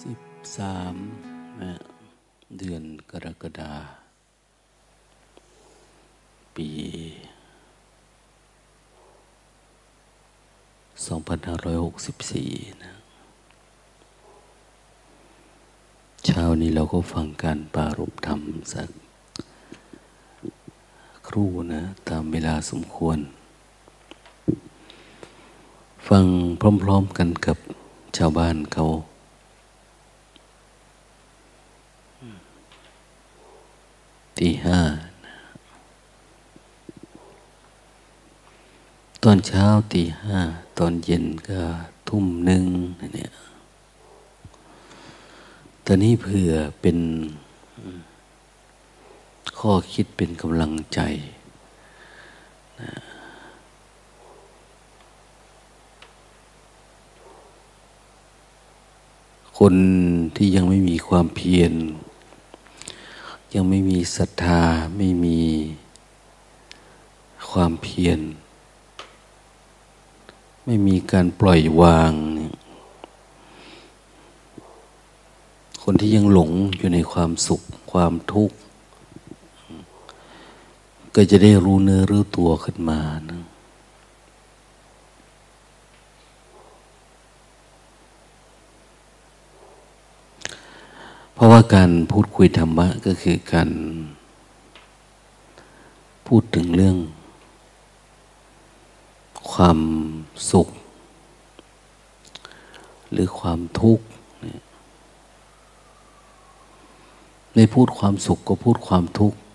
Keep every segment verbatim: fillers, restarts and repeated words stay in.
สิบสามเดือนกรกฎาคมปีสองพันห้าร้อยหกสิบสี่นะเช้านี้เราก็ฟังการปรารภธรรมสักครู่นะตามเวลาสมควรฟังพร้อมๆกันกับชาวบ้านเขาตีห้าตอนเช้าตีห้าตอนเย็นก็ทุ่มหนึ่งเนี่ยตอนนี้เพื่อเป็นข้อคิดเป็นกำลังใจนะคนที่ยังไม่มีความเพียรยังไม่มีศรัทธาไม่มีความเพียรไม่มีการปล่อยวางคนที่ยังหลงอยู่ในความสุขความทุกข์ก็จะได้รู้เนื้อรู้ตัวขึ้นมานะเพราะว่าการพูดคุยธรรมะก็คือการพูดถึงเรื่องความสุขหรือความทุกข์ไม่พูดความสุขก็พูดความทุกข์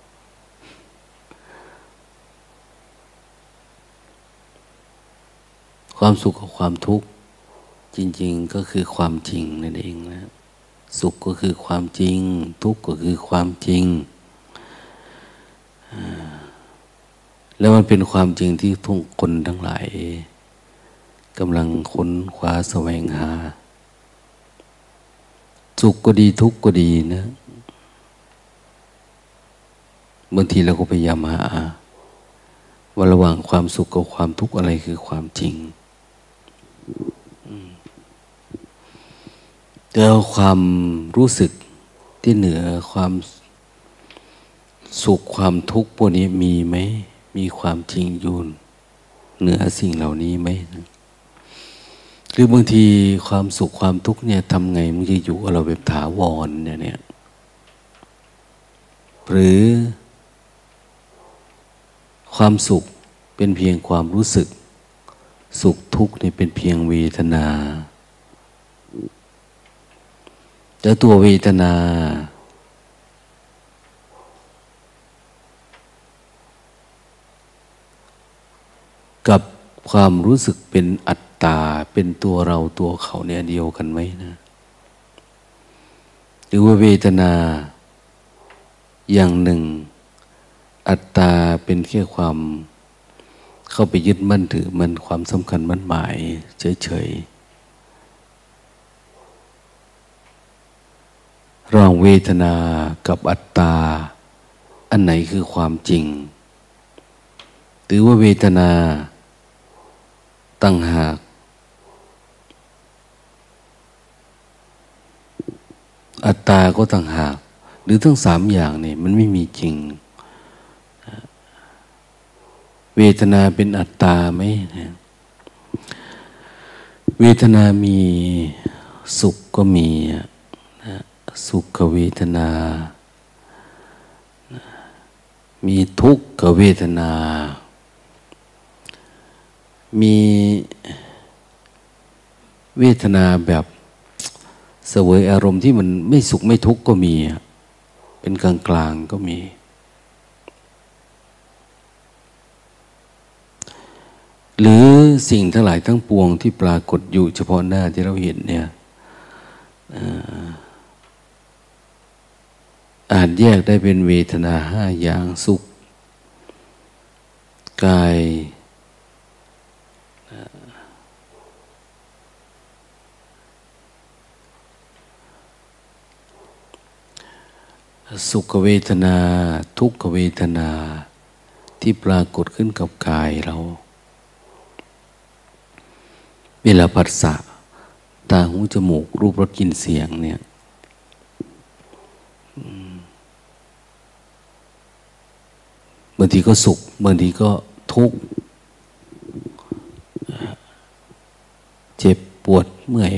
ความสุขกับความทุกข์จริงๆก็คือความจริงนั่นเองนะสุขก็คือความจริงทุกข์ก็คือความจริงแล้วมันเป็นความจริงที่ทุกคนทั้งหลายกำลังค้นคว้าแสวงหาสุขก็ดีทุกข์ก็ดีนะบางทีเราก็พยายามหาว่าระหว่างความสุขกับความทุกข์อะไรคือความจริงแต่ความรู้สึกที่เหนือความสุขความทุกข์พวกนี้มีไหมมีความจริงอยู่เหนือสิ่งเหล่านี้ไหมหรือบางทีความสุขความทุกข์เนี่ยทำไงมันจะอยู่กับเราแบบถาวรเนี่ยเนี่ยหรือความสุขเป็นเพียงความรู้สึกสุขทุกข์นี่เป็นเพียงเวทนาแต่ตัวเวทนากับความรู้สึกเป็นอัตตาเป็นตัวเราตัวเขาเนี่ยเดียวกันไหมนะหรือว่าเวทนาอย่างหนึ่งอัตตาเป็นแค่ความเข้าไปยึดมั่นถือมันความสำคัญมั่นหมายเฉยๆระหว่างเวทนากับอัตตาอันไหนคือความจริงหรือว่าเวทนาตั้งหากอัตตาก็ตั้งหากหรือทั้งสามอย่างนี่มันไม่มีจริงเวทนาเป็นอัตตาไหมเวทนามีสุขก็มีสุขเวทนามีทุกขเวทนามีเวทนาแบบเสวยอารมณ์ที่มันไม่สุขไม่ทุกข์ก็มีเป็นกลางกลางก็มีหรือสิ่งทั้งหลายทั้งปวงที่ปรากฏอยู่เฉพาะหน้าที่เราเห็นเนี่ยอาจแยกได้เป็นเวทนาห้าอย่างสุขกายสุขเวทนาทุกขเวทนาที่ปรากฏขึ้นกับกายเราเวลาผัสสะทตาหูจมูกรูปรสกลิ่นเสียงเนี่ยบางทีก็สุขบางทีก็ทุกข์เจ็บปวดเมื่อย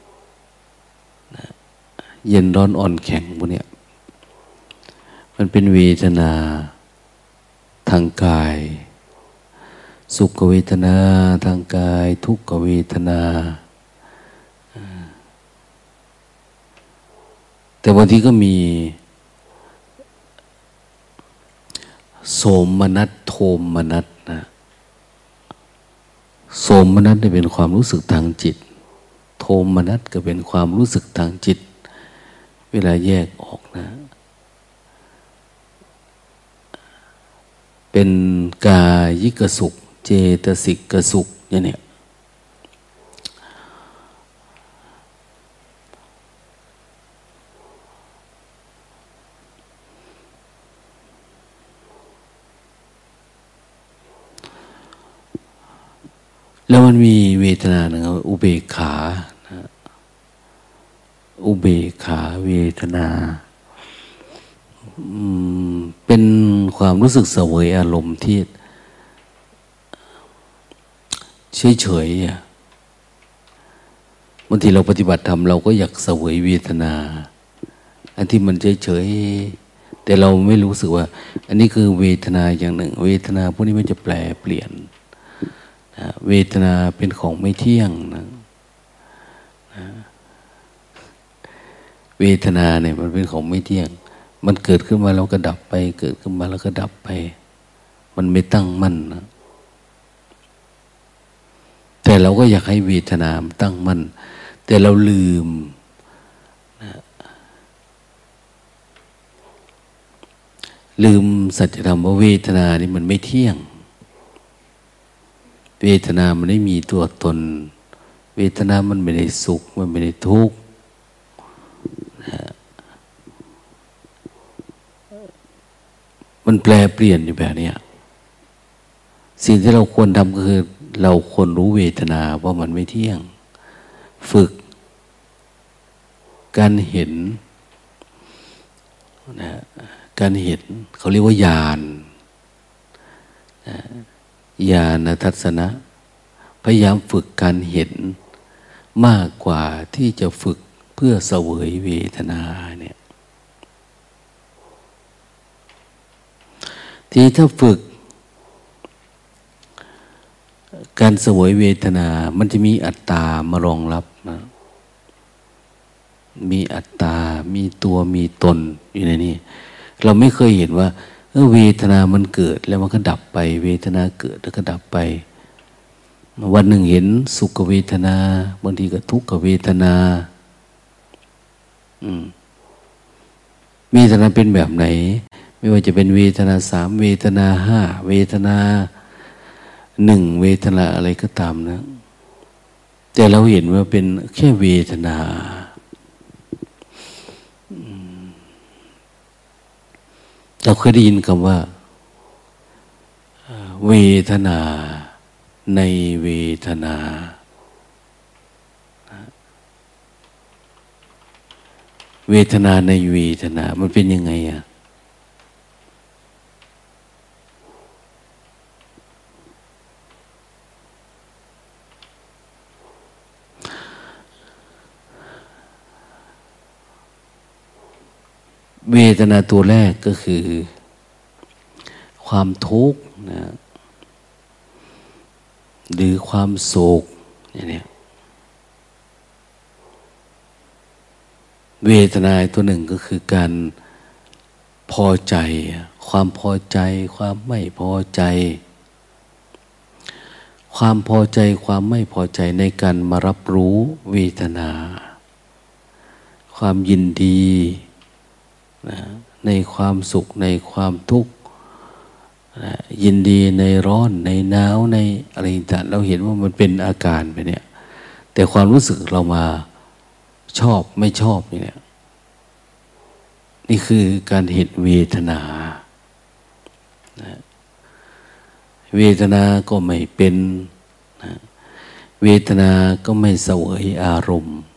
เย็นร้อนอ่อนแข็งพวกเนี้ยมันเป็นเวทนาทางกายสุขเวทนาทางกายทุกขเวทนาแต่บางทีก็มีโสมนัสโทมนัสนะโสมนัสเนี่ยเป็นความรู้สึกทางจิตโทมนัสก็เป็นความรู้สึกทางจิตเวลาแยกออกนะเป็นกายิกสุขเจตสิกสุขอย่างเนี้ยแล้วมันมีเวทนาหนึ่งอุเบกขานะอุเบกขาเวทนาเป็นความรู้สึกเสวยอารมณ์ที่เฉยๆอ่ะบางทีเราปฏิบัติธรรมเราก็อยากเสวยเวทนาอันที่มันเฉยๆแต่เราไม่รู้สึกว่าอันนี้คือเวทนาอย่างหนึ่งเวทนาพวกนี้มันจะแปรเปลี่ยนนะเวทนาเป็นของไม่เที่ยงนะนะเวทนาเนี่ยมันเป็นของไม่เที่ยงมันเกิดขึ้นมาแล้วก็ดับไปเกิดขึ้นมาแล้วก็ดับไปมันไม่ตั้งมั่นนะแต่เราก็อยากให้เวทนามันตั้งมั่นแต่เราลืมนะลืมสัจธรรมว่าเวทนานี่มันไม่เที่ยงเวทนามันไม่มีตัวตนเวทนามันไม่ได้สุขมันไม่ได้ทุกข์นะมันแปลเปลี่ยนอยู่แบบนี้สิ่งที่เราควรทำก็คือเราควรรู้เวทนาว่ามันไม่เที่ยงฝึกการเห็นนะการเห็นเขาเรียกว่าญาณนะญาณทัศนะพยายามฝึกการเห็นมากกว่าที่จะฝึกเพื่อเสวยเวทนาเนี่ยทีถ้าฝึกการเสวยเวทนามันจะมีอัตตามารองรับนะมีอัตตามีตัวมีตนอยู่ในนี้เราไม่เคยเห็นว่าเออเวทนามันเกิดแล้วมันก็ดับไปเวทนาเกิดแล้วก็ดับไปวันหนึ่งเห็นสุขเวทนาบางทีก็ทุกขเวทนาอืมเวทนาเป็นแบบไหนไม่ว่าจะเป็นเวทนาสามเวทนาห้าเวทนาหนึ่งเวทนาอะไรก็ตามนะแต่เราเห็นว่าเป็นแค่เวทนาเราเคยได้ยินคำว่าเวทนาในเวทนาเวทนาในเวทนามันเป็นยังไงอะเวทนาตัวแรกก็คือความทุกข์นะหรือความโศกอย่างนี้เวทนาตัวหนึ่งก็คือการพอใจความพอใจความไม่พอใจความพอใจความไม่พอใจในการมารับรู้เวทนาความยินดีนะในความสุขในความทุกข์นะยินดีในร้อนในหนาวในอะไรต่างเราเห็นว่ามันเป็นอาการไปเนี่ยแต่ความรู้สึกเรามาชอบไม่ชอบเนี่ยนี่คือการเห็นเวทนานะเวทนาก็ไม่เป็นนะเวทนาก็ไม่เสวยอารมณ์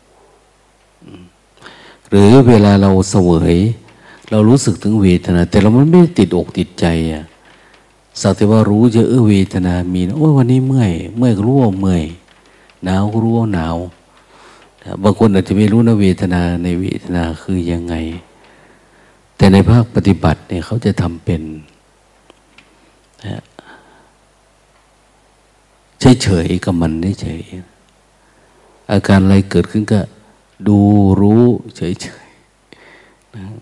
หรือเวลาเราเสวยเรารู้สึกถึงเวทนาแต่เรามันไม่ติดอกติดใจอ่ะสักแต่ว่ารู้จะเออเวทนามีนะโอ้ยวันนี้เมื่อยเมื่อยก็รู้ว่าเมื่อยหนาวก็รู้ว่าหนาวบางคนอาจจะไม่รู้นะเวทนาในเวทนาคือยังไงแต่ในภาคปฏิบัติเนี่ยเขาจะทำเป็นนะเฉยๆกับมันเฉยๆอาการอะไรเกิดขึ้นก็ดูรู้เฉยๆนะ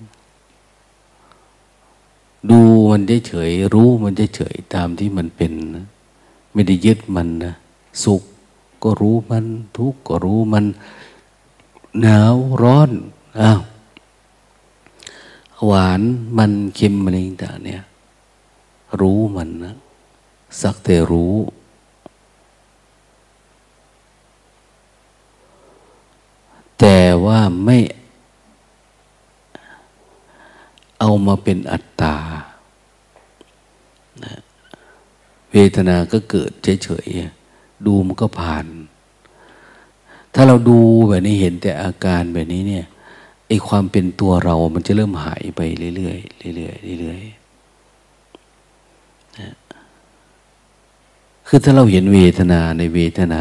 ดูมันเฉยๆรู้มันเฉยๆตามที่มันเป็นนะไม่ได้ยึดมันนะสุขก็รู้มันทุกข์ก็รู้มันหนาวร้อนอ้าวหวานมันเค็มอะไรต่างๆเนี่ยรู้มันนะสักแต่รู้แต่ว่าไม่เอามาเป็นอัตตานะเวทนาก็เกิดเฉยๆดูมันก็ผ่านถ้าเราดูแบบนี้เห็นแต่อาการแบบนี้เนี่ยไอ้ความเป็นตัวเรามันจะเริ่มหายไปเรื่อยๆเรื่อยๆเรื่อยๆนะคือถ้าเราเห็นเวทนาในเวทนา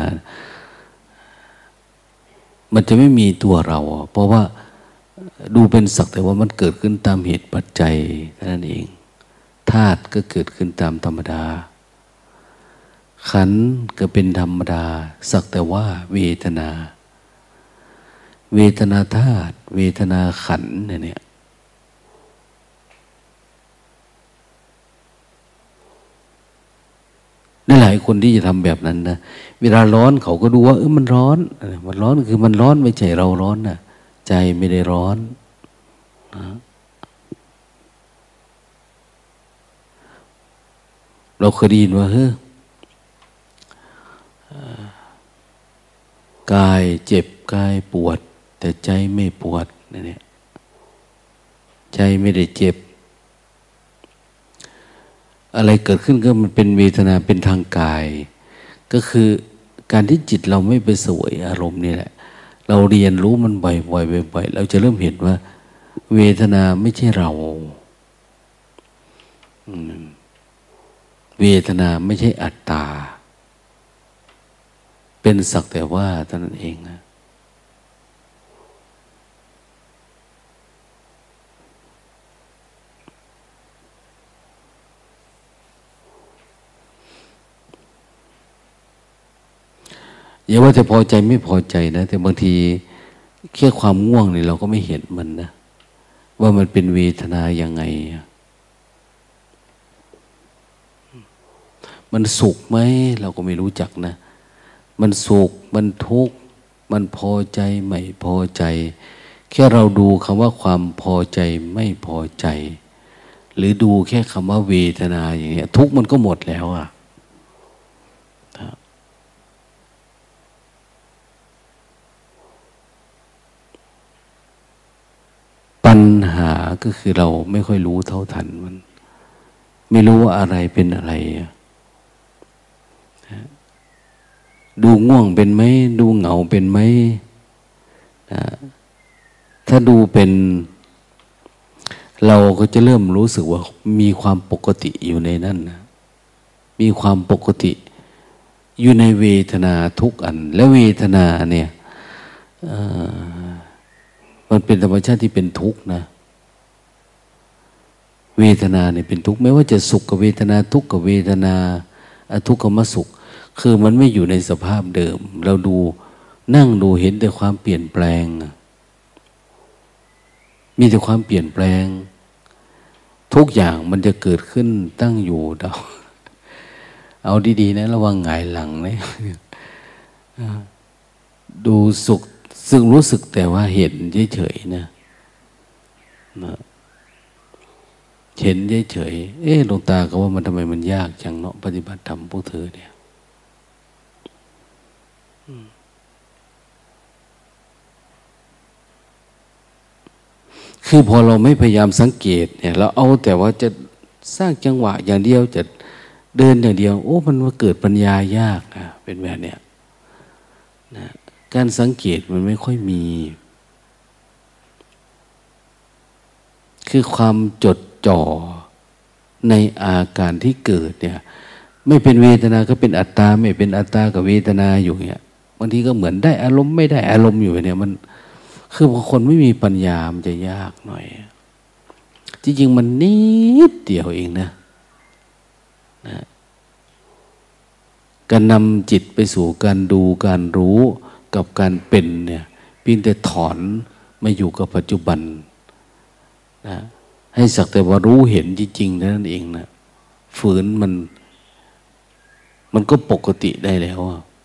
มันจะไม่มีตัวเราเพราะว่าดูเป็นสักแต่ว่ามันเกิดขึ้นตามเหตุปัจจัยนั่นเองธาตุก็เกิดขึ้นตามธรรมดาขันธ์ก็เป็นธรรมดาสักแต่ว่าเวทนาเวทนาธาตุเวทนาขันธ์เนี่ยได้หลายคนที่จะทำแบบนั้นนะเวลาร้อนเขาก็ดูว่าเออมันร้อนมันร้อนคือมันร้อนไม่ใช่เราร้อนนะใจไม่ได้ร้อนนะเราเคยได้ยินว่าเฮ้ยกายเจ็บกายปวดแต่ใจไม่ปวดเนี่ยใจไม่ได้เจ็บอะไรเกิดขึ้นก็มันเป็นเวทนาเป็นทางกายก็คือการที่จิตเราไม่ไปเสวยอารมณ์นี่แหละเราเรียนรู้มันบ่อยๆบ่อยๆเราจะเริ่มเห็นว่าเวทนาไม่ใช่เราเวทนาไม่ใช่อัตตาเป็นสักแต่ว่าเท่านั้นเองนะอย่าว่าจะพอใจไม่พอใจนะแต่บางทีแค่ความง่วงนี่เราก็ไม่เห็นมันนะว่ามันเป็นเวทนายังไงมันสุขไหมเราก็ไม่รู้จักนะมันสุขมันทุกข์มันพอใจไม่พอใจแค่เราดูคำว่าความพอใจไม่พอใจหรือดูแค่คำว่าเวทนาอย่างเงี้ยทุกข์มันก็หมดแล้วอ่ะปัญหาก็คือเราไม่ค่อยรู้เท่าทันมันไม่รู้ว่าอะไรเป็นอะไรดูง่วงเป็นไหมดูเหงาเป็นไหมนะถ้าดูเป็นเราก็จะเริ่มรู้สึกว่ามีความปกติอยู่ในนั้นนะมีความปกติอยู่ในเวทนาทุกอันและเวทนาเนี่ยมันเป็นธรรมชาติที่เป็นทุกข์นะเวทนาเนี่ยเป็นทุกข์ไม่ว่าจะสุขกับเวทนาทุกข์กับเวทนาทุกขมสุขคือมันไม่อยู่ในสภาพเดิมเราดูนั่งดูเห็นแต่ความเปลี่ยนแปลงมีแต่ความเปลี่ยนแปลงทุกอย่างมันจะเกิดขึ้นตั้งอยู่เดาเอาดีๆนะระวังหงายหลังนะดูสุขซึ่งรู้สึกแต่ว่าเห็นเฉยๆนะเห็นเฉยๆเอ๊ะหลวงตาก็ว่ามันทำไมมันยากจังเนาะปฏิบัติธรรมพวกเธอเนี่ยคือพอเราไม่พยายามสังเกตเนี่ยเราเอาแต่ว่าจะสร้างจังหวะอย่างเดียวจะเดินอย่างเดียวโอ้มันมาเกิดปัญญายากนะเป็นแบบเนี้ยนะการสังเกตมันไม่ค่อยมี คือความจดจ่อในอาการที่เกิดเนี่ยไม่เป็นเวทนาก็เป็นอัตตาไม่เป็นอัตตากับเวทนาอยู่เนี่ยบางทีก็เหมือนได้อารมณ์ไม่ได้อารมณ์อยู่เนี่ยมันคือพอคนไม่มีปัญญามันจะยากหน่อยจริงๆมันนิดเดียวเองนะนะการนำจิตไปสู่การดูการรู้กับการเป็นเนี่ยเพียงแต่ถอนมาอยู่กับปัจจุบันนะให้สักแต่ว่ารู้เห็นจริงๆนั่นเองนะฝืนมันมันก็ปกติได้แล้ว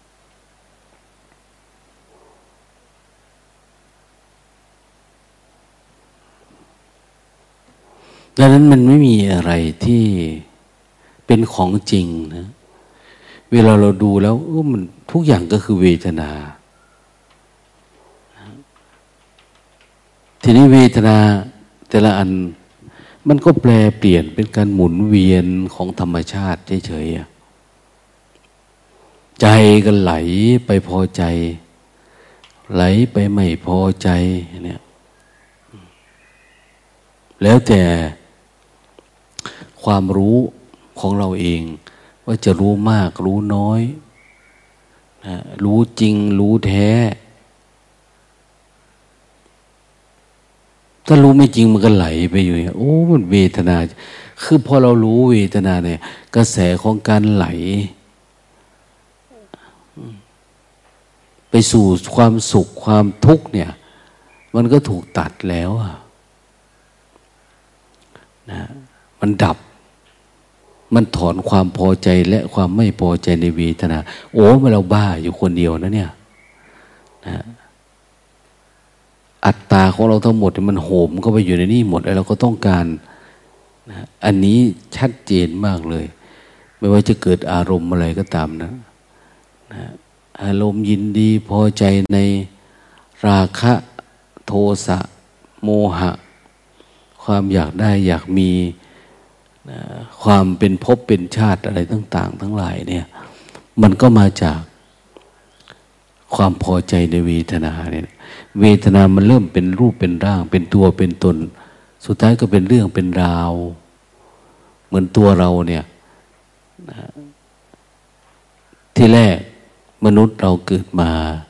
ดังนั้นมันไม่มีอะไรที่เป็นของจริงนะเวลาเราดูแล้วเออมันทุกอย่างก็คือเวทนาทีนี้เวทนาแต่ละอันมันก็แปลเปลี่ยนเป็นการหมุนเวียนของธรรมชาติเฉยๆใจก็ไหลไปพอใจไหลไปไม่พอใจเนี่ยแล้วแต่ความรู้ของเราเองว่าจะรู้มากรู้น้อยนะรู้จริงรู้แท้ถ้ารู้ไม่จริงมันก็ไหลไปอยู่โอ้มันเวทนาคือพอเรารู้เวทนาเนี่ยกระแสของการไหลไปสู่ความสุขความทุกข์เนี่ยมันก็ถูกตัดแล้วนะมันดับมันถอนความพอใจและความไม่พอใจในเวทนาโอ้มันเราบ้าอยู่คนเดียวนะเนี่ยนะอัตตาของเราทั้งหมดมันโหมเข้าไปอยู่ในนี่หมดแล้วเราก็ต้องการนะอันนี้ชัดเจนมากเลยไม่ว่าจะเกิดอารมณ์อะไรก็ตามนะนะอารมณ์ยินดีพอใจในราคะโทสะโมหะความอยากได้อยากมีนะความเป็นภพเป็นชาติอะไรต่างๆทั้งหลายเนี่ยมันก็มาจากความพอใจในเวทนาเนี่ยเวทนามันเริ่มเป็นรูปเป็นร่างเป็นตัวเป็นตนสุดท้ายก็เป็นเรื่องเป็นราวเหมือนตัวเราเนี่ยนะที่แรกมนุษย์เราเกิดมา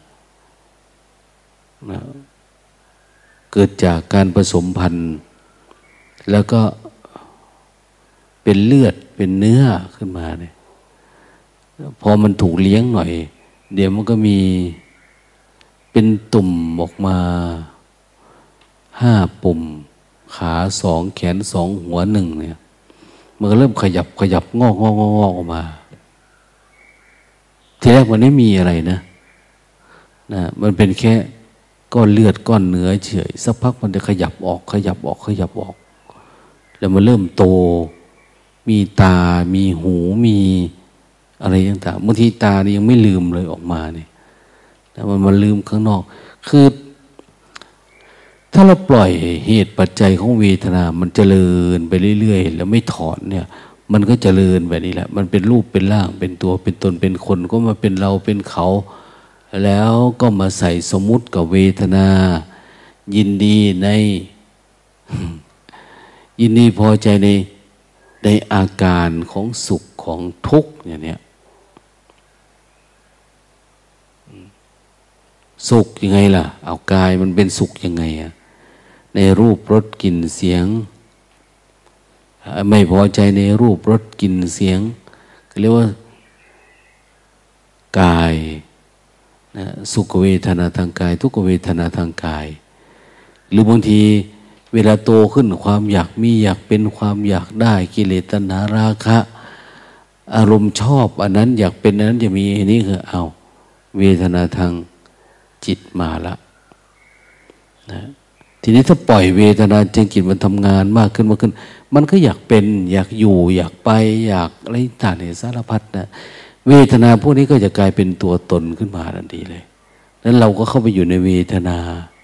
นะเกิดจากการผสมพันธุ์แล้วก็เป็นเลือดเป็นเนื้อขึ้นมาเนี่ยพอมันถูกเลี้ยงหน่อยเดี๋ยวมันก็มีเป็นตุ่มออกมาห้าปุ่มขาสองแขนสองหัวหนึ่งเนี่ยมันก็เริ่มขยับขยับงอกงอกงอกออกมาทีแรกมันไม่มีอะไรนะนะมันเป็นแค่ก้อนเลือดก้อนเนื้อเฉยสักพักมันจะขยับออกขยับออกขยับออกแล้วมันเริ่มโตมีตามีหูมีอะไรต่างๆบางทีตานี่ยังไม่ลืมเลยออกมาเนี่ยแต่มันมาลืมข้างนอกคือถ้าเราปล่อยเหตุปัจจัยของเวทนามันเจริญไปเรื่อยๆแล้วไม่ถอนเนี่ยมันก็เจริญแบบนี้แหละมันเป็นรูปเป็นร่างเป็นตัวเป็นตนเป็นคนก็มาเป็นเราเป็นเขาแล้วก็มาใส่สมมุติกับเวทนายินดีใน ยินดีพอใจในในอาการของสุขของทุกข์อย่างเนี้ยสุขยังไงล่ะเอากายมันเป็นสุขยังไงอะในรูปรสกลิ่นเสียงไม่พอใจในรูปรสกลิ่นเสียงก็เรียกว่ากายนะสุขเวทนาทางกายทุกขเวทนาทางกายหรือบางทีเวลาโตขึ้นความอยากมีอยากเป็นความอยากได้กิเลสตัณหาราคะอารมณ์ชอบอันนั้นอยากเป็นอันนั้นจะมีอันนี้คือเอาเวทนาทางจิตมาละนะทีนี้ถ้าปล่อยเวทนาจริงจิตมันทำงานมากขึ้นมากขึ้นมันก็อยากเป็นอยากอยู่อยากไปอยากอะไรต่างๆสารพัดนะเวทนาพวกนี้ก็จะกลายเป็นตัวตนขึ้นมาทันทีเลยนั้นเราก็เข้าไปอยู่ในเวทนา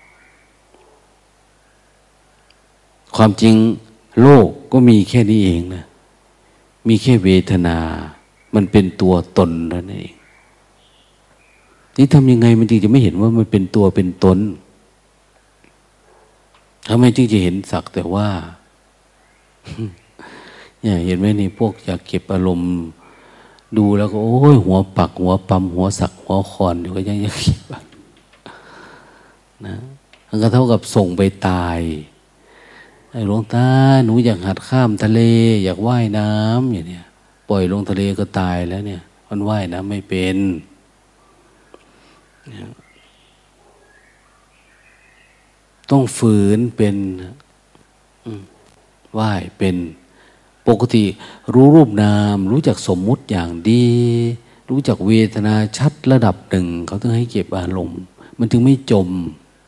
ความจริงโลกก็มีแค่นี้เองนะมีแค่เวทนามันเป็นตัวตนนั่นเองนี่ทำยังไงมันจึงจะไม่เห็นว่ามันเป็นตัวเป็นตนทำไมจึงจะเห็นสักแต่ว่าเนี่ยเห็นไหมนี่พวกอยากเก็บอารมณ์ดูแล้วก็โอ้ยหัวปักหัวปั๊มหัวสักหัวคอนอยู่ก็ยังยังคิดว่านะมันก็เท่ากับส่งไปตายไอ้หลวงตาหนูอยากหัดข้ามทะเลอยากว่ายน้ำอย่างเนี้ยปล่อยลงทะเลก็ตายแล้วเนี่ยมันว่ายน้ำไม่เป็นต้องฝืนเป็นว่ายเป็นปกติรู้รูปนามรู้จักสมมุติอย่างดีรู้จักเวทนาชัดระดับหนึ่งเขาต้องให้เก็บอารมณ์มันถึงไม่จม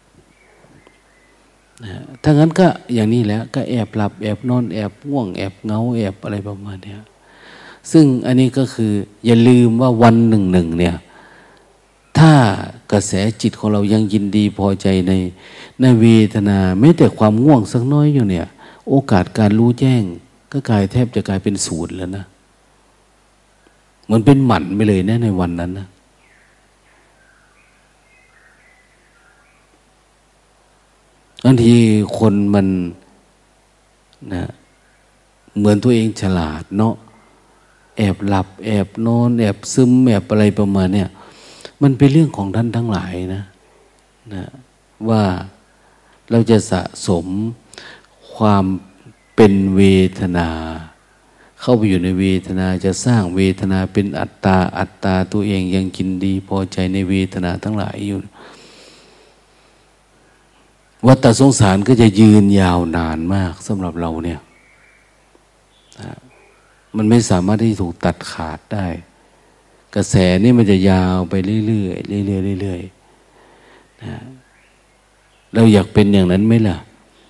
นะถ้างั้นก็อย่างนี้แหละก็แอบหลับแอบนอนแอบง่วงแอบเงาแอบอะไรประมาณนี้ซึ่งอันนี้ก็คืออย่าลืมว่าวันหนึ่งหนึ่งเนี่ยถ้ากระแสจิตของเรายังยินดีพอใจในในเวทนาแม้แต่ความง่วงสักน้อยอยู่เนี่ยโอกาสการรู้แจ้งก็กลายแทบจะกลายเป็นศูนย์แล้วนะเหมือนเป็นหมันไปเลยนะในวันนั้นนะบางทีคนมันนะเหมือนตัวเองฉลาดเนาะแอบหลับแอบนอนแอบซึมแอบอะไรประมาณเนี่ยมันเป็นเรื่องของท่านทั้งหลายนะนะว่าเราจะสะสมความเป็นเวทนาเข้าไปอยู่ในเวทนาจะสร้างเวทนาเป็นอัตตาอัตตาตัวเองยังกินดีพอใจในเวทนาทั้งหลายอยู่วัฏสงสารก็จะยืนยาวนานมากสำหรับเราเนี่ยนะมันไม่สามารถที่ถูกตัดขาดได้กระแสนี่มันจะยาวไปเรื่อยๆเรื่อยๆเรื่อยๆนะเราอยากเป็นอย่างนั้นไหมล่ะ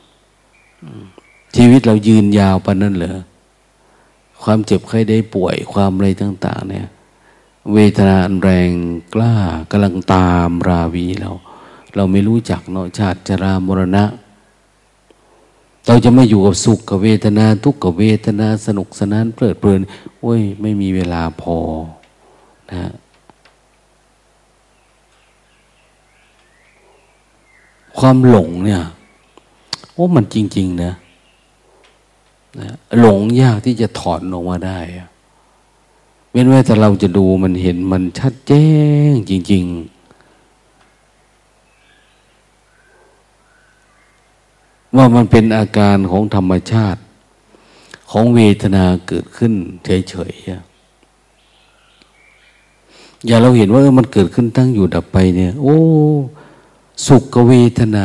ชีวิตเรายืนยาวปานนั้นเหรอความเจ็บไข้ได้ป่วยความอะไรต่างๆเนี่ยเวทนาอันแรงกล้ากำลังตามราวีเราเราไม่รู้จักเนาะชาติชรามรณะเราจะไม่อยู่กับสุขกับเวทนาทุกข์กับเวทนาสนุกสนานเพลิดเพลินโอ้ยไม่มีเวลาพอนะความหลงเนี่ยโอ้มันจริงๆนะนะหลงยากที่จะถอนออกมาได้เว้นไว้แต่เราจะดูมันเห็นมันชัดแจ้งจริงๆว่ามันเป็นอาการของธรรมชาติของเวทนาเกิดขึ้นเฉยๆอย่าเราเห็นว่าเออมันเกิดขึ้นตั้งอยู่ดับไปเนี่ยโอ้สุขเวทนา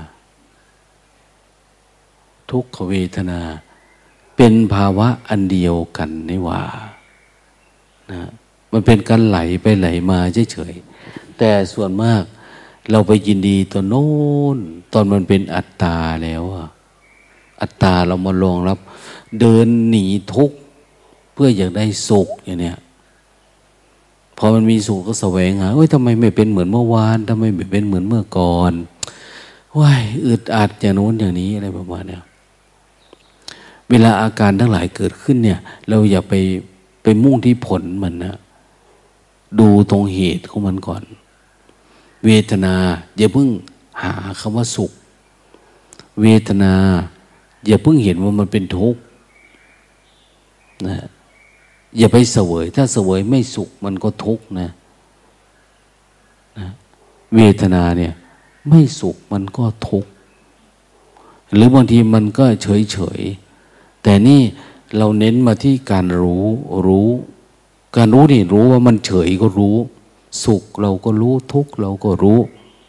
ทุกขเวทนาเป็นภาวะอันเดียวกันนี่หว่านะมันเป็นการไหลไปไหลมาเฉยๆแต่ส่วนมากเราไปยินดีตัวโน้นตอนมันเป็นอัตตาแล้วอัตตาเรามาลองรับเดินหนีทุกข์เพื่ออยากได้สุขอย่างเนี้ยพอมันมีสุขก็แสวงหาเอ้ยทำไมไม่เป็นเหมือนเมื่อวานทำไมไม่เป็นเหมือนเมื่อก่อนว้ายอึดอัดอย่างโน้นอย่างนี้อะไรประมาณเนี้ยเวลาอาการทั้งหลายเกิดขึ้นเนี่ยเราอย่าไปไปมุ่งที่ผลมันนะดูตรงเหตุของมันก่อนเวทนาอย่าเพิ่งหาคำว่าสุขเวทนาอย่าเพิ่งเห็นว่ามันเป็นทุกข์นะอย่าไปเสวยถ้าเสวยไม่สุขมันก็ทุกข์นะนะเวทนาเนี่ยไม่สุขมันก็ทุกข์หรือบางทีมันก็เฉยเฉยแต่นี่เราเน้นมาที่การรู้รู้การรู้นี่รู้ว่ามันเฉยก็รู้สุขเราก็รู้ทุกข์เราก็รู้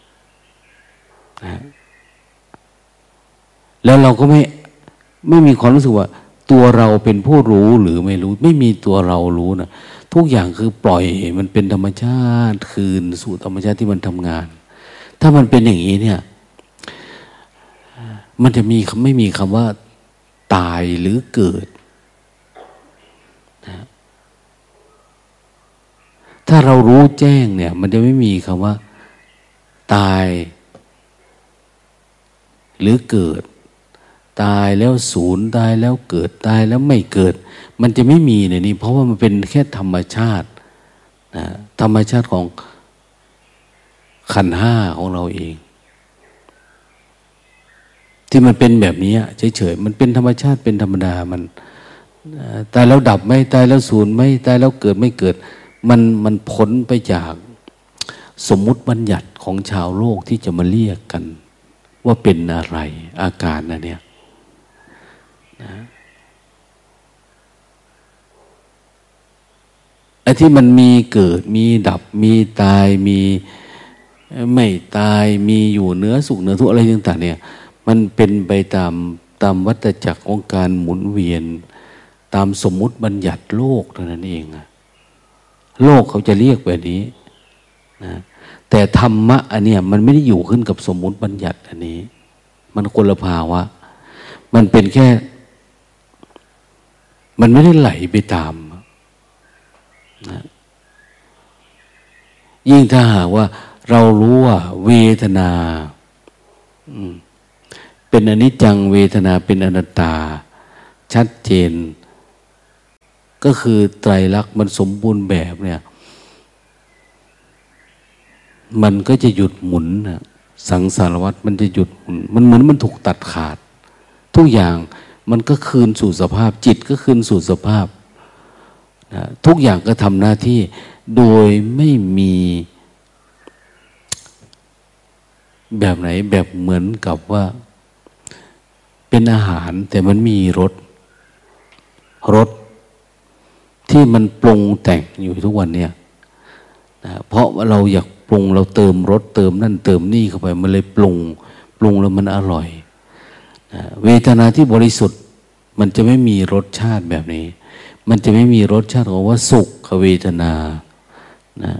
นะแล้วเราก็ไม่ไม่มีความรู้สึกว่าตัวเราเป็นผู้รู้หรือไม่รู้ไม่มีตัวเรารู้นะทุกอย่างคือปล่อยมันเป็นธรรมชาติคืนสู่ธรรมชาติที่มันทำงานถ้ามันเป็นอย่างนี้เนี่ยมันจะมีไม่มีคำว่าตายหรือเกิดนะถ้าเรารู้แจ้งเนี่ยมันจะไม่มีคำว่าตายหรือเกิดตายแล้วศูนย์ตายแล้วเกิดตายแล้วไม่เกิดมันจะไม่มีในนี้เพราะว่ามันเป็นแค่ธรรมชาตินะธรรมชาติของขันธ์ห้าของเราเองที่มันเป็นแบบนี้เฉยๆมันเป็นธรรมชาติเป็นธรรมดามันตายแล้วดับไหมตายแล้วสูญไหมตายแล้วเกิดไม่เกิดมันมันพ้นไปจากสมมุติบัญญัติของชาวโลกที่จะมาเรียกกันว่าเป็นอะไรอาการนะเนี่ยนะไอ้ที่มันมีเกิดมีดับมีตายมีไม่ตายมีอยู่เหนือสุขเหนือทุกข์อะไรต่างๆเนี่ยมันเป็นไปตามตามวัฏจักรของการหมุนเวียนตามสมมุติบัญญัติโลกเท่านั้นเองอะโลกเขาจะเรียกแบบนี้นะแต่ธรรมะอันเนี้ยมันไม่ได้อยู่ขึ้นกับสมมุติบัญญัติอันนี้มันคนละภาวะมันเป็นแค่มันไม่ได้ไหลไปตามนะยิ่งถ้าหากว่าเรารู้ว่าเวทนาเป็นอนิจจังเวทนาเป็นอนัตตาชัดเจนก็คือไตรลักษณ์มันสมบูรณ์แบบเนี่ยมันก็จะหยุดหมุนนะสังสารวัฏมันจะหยุดหมุนมันเหมือนมันถูกตัดขาดทุกอย่างมันก็คืนสู่สภาพจิตก็คืนสู่สภาพนะทุกอย่างก็ทำหน้าที่โดยไม่มีแบบไหนแบบเหมือนกับว่าเป็นอาหารแต่มันมีรสรสที่มันปรุงแต่งอยู่ทุกวันเนี่ยนะเพราะว่าเราอยากปรุงเราเติมรสเติมนั่นเติมนี่เข้าไปมันเลยปรุงปรุงแล้วมันอร่อยนะเวทนาที่บริสุทธิ์มันจะไม่มีรสชาติแบบนี้มันจะไม่มีรสชาติของว่าสุขเวทนานะ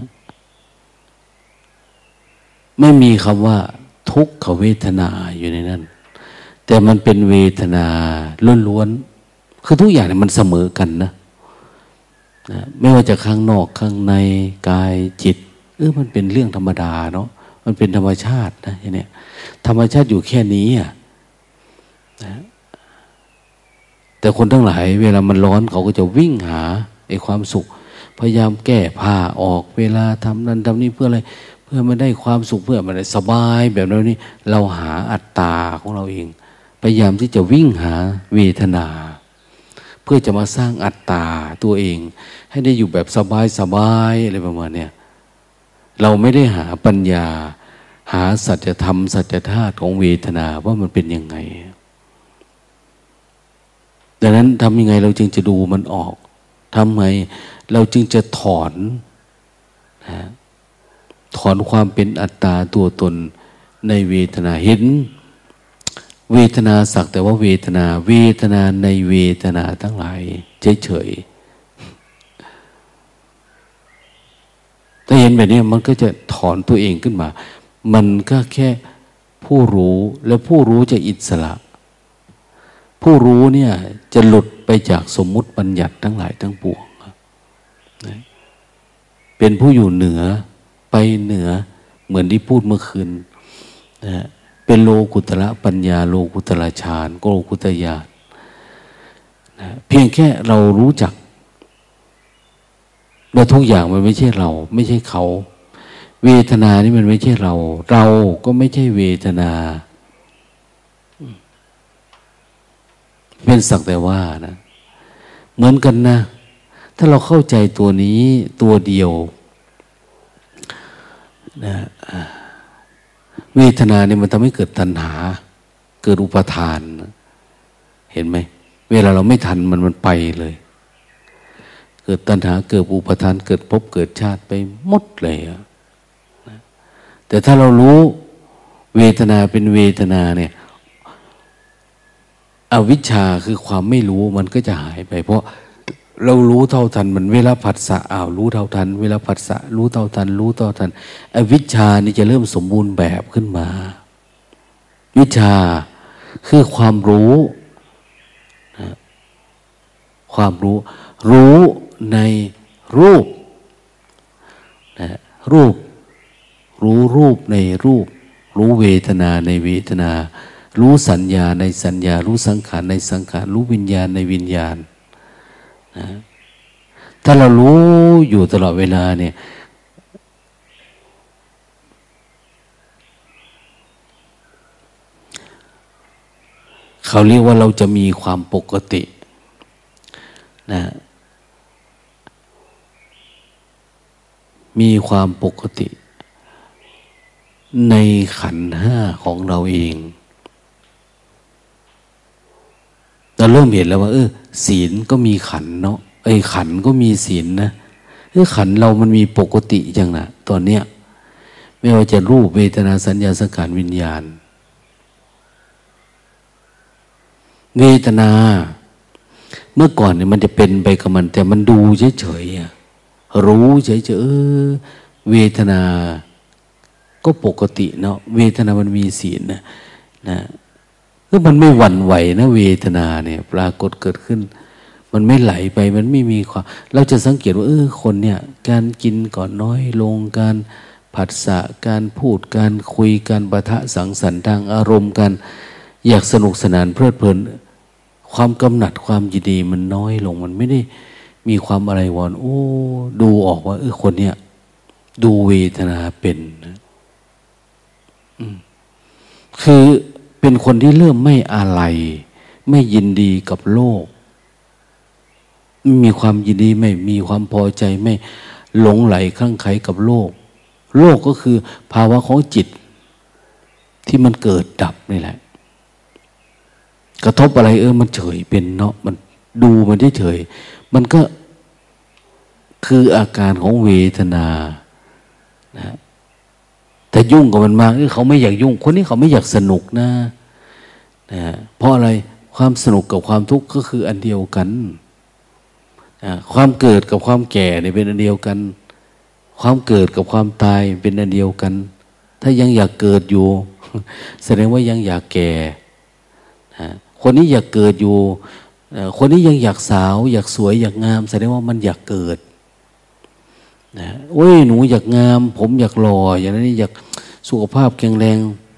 ไม่มีคำว่าทุกขเวทนาอยู่ในนั้นแต่มันเป็นเวทนาล้วนๆคือทุกอย่างเนี่ยมันเสมอกันนะนะไม่ว่าจะข้างนอกข้างในกายจิตเออมันเป็นเรื่องธรรมดาเนาะมันเป็นธรรมชาตินะอย่างนี้ธรรมชาติอยู่แค่นี้อ่ะนะแต่คนทั้งหลายเวลามันร้อนเขาก็จะวิ่งหาไอ้ความสุขพยายามแก้ผ้าออกเวลาทำนั้นทำนี้เพื่ออะไรเพื่อมันได้ความสุขเพื่อมันได้สบายแบบนี้เราหาอัตตาของเราเองพยายามที่จะวิ่งหาเวทนาเพื่อจะมาสร้างอัตตาตัวเองให้ได้อยู่แบบสบายสบายอะไรประมาณเนี้ยเราไม่ได้หาปัญญาหาสัจธรรมสัจธาตุของเวทนาว่ามันเป็นยังไงดังนั้นทำยังไงเราจึงจะดูมันออกทำไงเราจึงจะถอนนะถอนความเป็นอัตตาตัวตนในเวทนาเห็นเวทนาสักแต่ว่าเวทนาเวทนาในเวทนาทั้งหลายเฉยๆถ้าเห็นแบบนี้มันก็จะถอนตัวเองขึ้นมามันก็แค่ผู้รู้แล้วผู้รู้จะอิสระผู้รู้เนี่ยจะหลุดไปจากสมมุติบัญญัติทั้งหลายทั้งปวงเป็นผู้อยู่เหนือไปเหนือเหมือนที่พูดเมื่อคืนนะเป็นโลกุตระปัญญาโลกุตระฌานโลกุตญาณนะเพียงแค่เรารู้จักว่าทุกอย่างมันไม่ใช่เราไม่ใช่เขาเวทนานี่มันไม่ใช่เราเราก็ไม่ใช่เวทนาเป็นสักแต่ว่านะเหมือนกันนะถ้าเราเข้าใจตัวนี้ตัวเดียวนะเวทนาเนี่ยมันทำให้เกิดตัณหาเกิดอุปาทานเห็นไหมเวลาเราไม่ทันมันมันไปเลยเกิดตัณหาเกิดอุปาทานเกิดภพเกิดชาติไปหมดเลยนะแต่ถ้าเรารู้เวทนาเป็นเวทนาเนี่ยอวิชชาคือความไม่รู้มันก็จะหายไปเพราะเรารู้เท่าทันมันเวลาผัสสะอ้าวรู้เท่าทันเวลาผัสสะรู้เท่าทันรู้เท่าทันอวิชชานี่จะเริ่มสมบูรณ์แบบขึ้นมาวิชชาคือความรู้นะความรู้รู้ในรูปนะรูปรู้รูปในรูปรู้เวทนาในเวทนารู้สัญญาในสัญญารู้สังขารในสังขารรู้วิญญาณในวิญญาณนะถ้าเรารู้อยู่ตลอดเวลาเนี่ยเขาเรียกว่าเราจะมีความปกตินะมีความปกติในขันธ์ห้าของเราเองเราเริ่มเห็นแล้วว่าเออศีลก็มีขันธ์เนาะไอ้ขันธ์ก็มีศีลนะเออขันธ์เรามันมีปกติอย่างน่ะตอนเนี้ยไม่ว่าจะรูปเวทนาสัญญาสังขารวิญญาณเวทนาเมื่อก่อนเนี่ยมันจะเป็นไปกับมันแต่มันดูเฉยๆรู้เฉยๆเออเวทนาก็ปกติเนาะเวทนามันมีศีลนะนะก็มันไม่หวั่นไหวนะเวทนาเนี่ยปรากฏเกิดขึ้นมันไม่ไหลไปมันไม่มีความเราจะสังเกตว่าเออคนเนี่ยการกินก่อนน้อยลงการผัสสะการพูดการคุยการปะทะสังสรรค์ทางอารมณ์กันอยากสนุกสนานเพลิดเพลินความกำหนัดความยินดีมันน้อยลงมันไม่ได้มีความอะไรวอนโอ้ดูออกว่าเออคนเนี้ยดูเวทนาเป็นนะคือเป็นคนที่เริ่มไม่อาลัยไม่ยินดีกับโลกไม่มีความยินดีไม่มีความพอใจไม่หลงไหลคลั่งไคล้กับโลกโลกก็คือภาวะของจิตที่มันเกิดดับนี่แหละกระทบอะไรเออมันเฉยเป็นเนาะมันดูมันเฉยมันก็คืออาการของเวทนานะแต่ยุ่งกับมันมากเขาไม่อยากยุ่งคนนี้เขาไม่อยากสนุกนะนะเพราะอะไรความสนุกกับความทุกข์ก็คืออันเดียวกันนะความเกิดกับความแก่เนี่ยเป็นอันเดียวกันความเกิดกับความตายเป็นอันเดียวกันถ้ายังอยากเกิดอยู่แสดงว่ายังอยากแก่นะคนนี้อยากเกิดอยู่คนนี้ยังอยากสาวอยากสวยอยากงามแสดงว่ามันอยากเกิดนะโอ้ยหนูอยากงามผมอยากหล่ออย่างนี้อยากสุขภาพแข็งแรง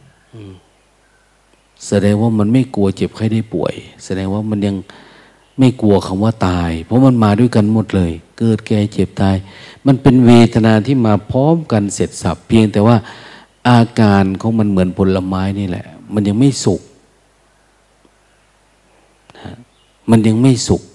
แสดงว่ามันไม่กลัวเจ็บไข้ได้ป่วยแสดงว่ามันยังไม่กลัวคำว่าตายเพราะมันมาด้วยกันหมดเลยเกิดแก่เจ็บตายมันเป็นเวทนาที่มาพร้อมกันเสร็จสับเพียงแต่ว่าอาการของมันเหมือนผลไม้นี่แหละมันยังไม่สุกนะมันยังไม่สุก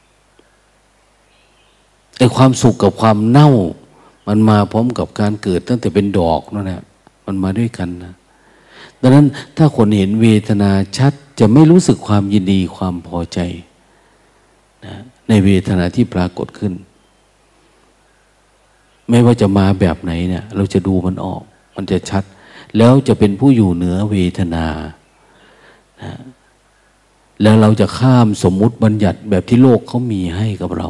ไอ้ความสุขกับความเน่ามันมาพร้อมกับการเกิดตั้งแต่เป็นดอกนั่นแหละมันมาด้วยกันนะดังนั้นถ้าคนเห็นเวทนาชัดจะไม่รู้สึกความยินดีความพอใจนะในเวทนาที่ปรากฏขึ้นไม่ว่าจะมาแบบไหนเนี่ยเราจะดูมันออกมันจะชัดแล้วจะเป็นผู้อยู่เหนือเวทนานะแล้วเราจะข้ามสมมุติบัญญัติแบบที่โลกเขามีให้กับเรา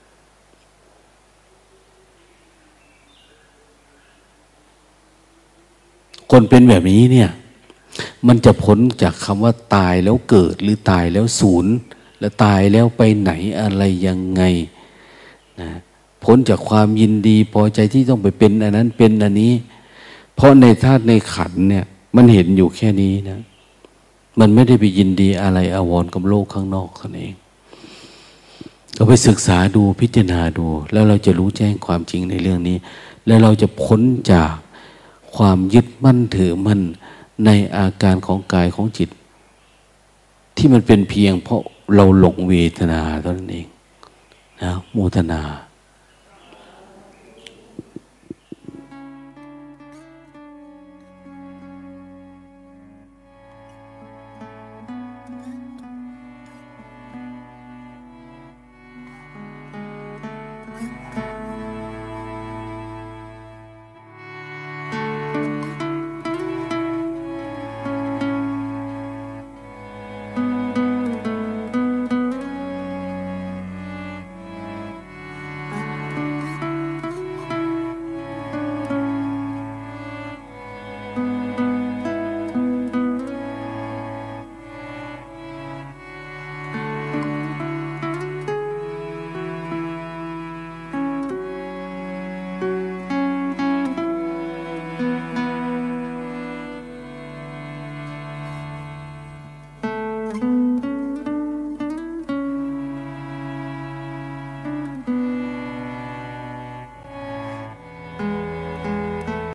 คนเป็นแบบนี้เนี่ยมันจะพ้นจากคำว่าตายแล้วเกิดหรือตายแล้วสูญแล้วตายแล้วไปไหนอะไรยังไงนะพ้นจากความยินดีพอใจที่ต้องไปเป็นอันนั้นเป็นอันนี้เพราะในธาตุในขันธ์เนี่ยมันเห็นอยู่แค่นี้นะมันไม่ได้ไปยินดีอะไรอาวรณ์กับโลกข้างนอกนั่นเองก็ไปศึกษาดูพิจารณาดูแล้วเราจะรู้แจ้งความจริงในเรื่องนี้แล้วเราจะพ้นจากความยึดมั่นถือมั่นในอาการของกายของจิตที่มันเป็นเพียงเพราะเราหลงเวทนาเท่านั้นเองนะโมทนา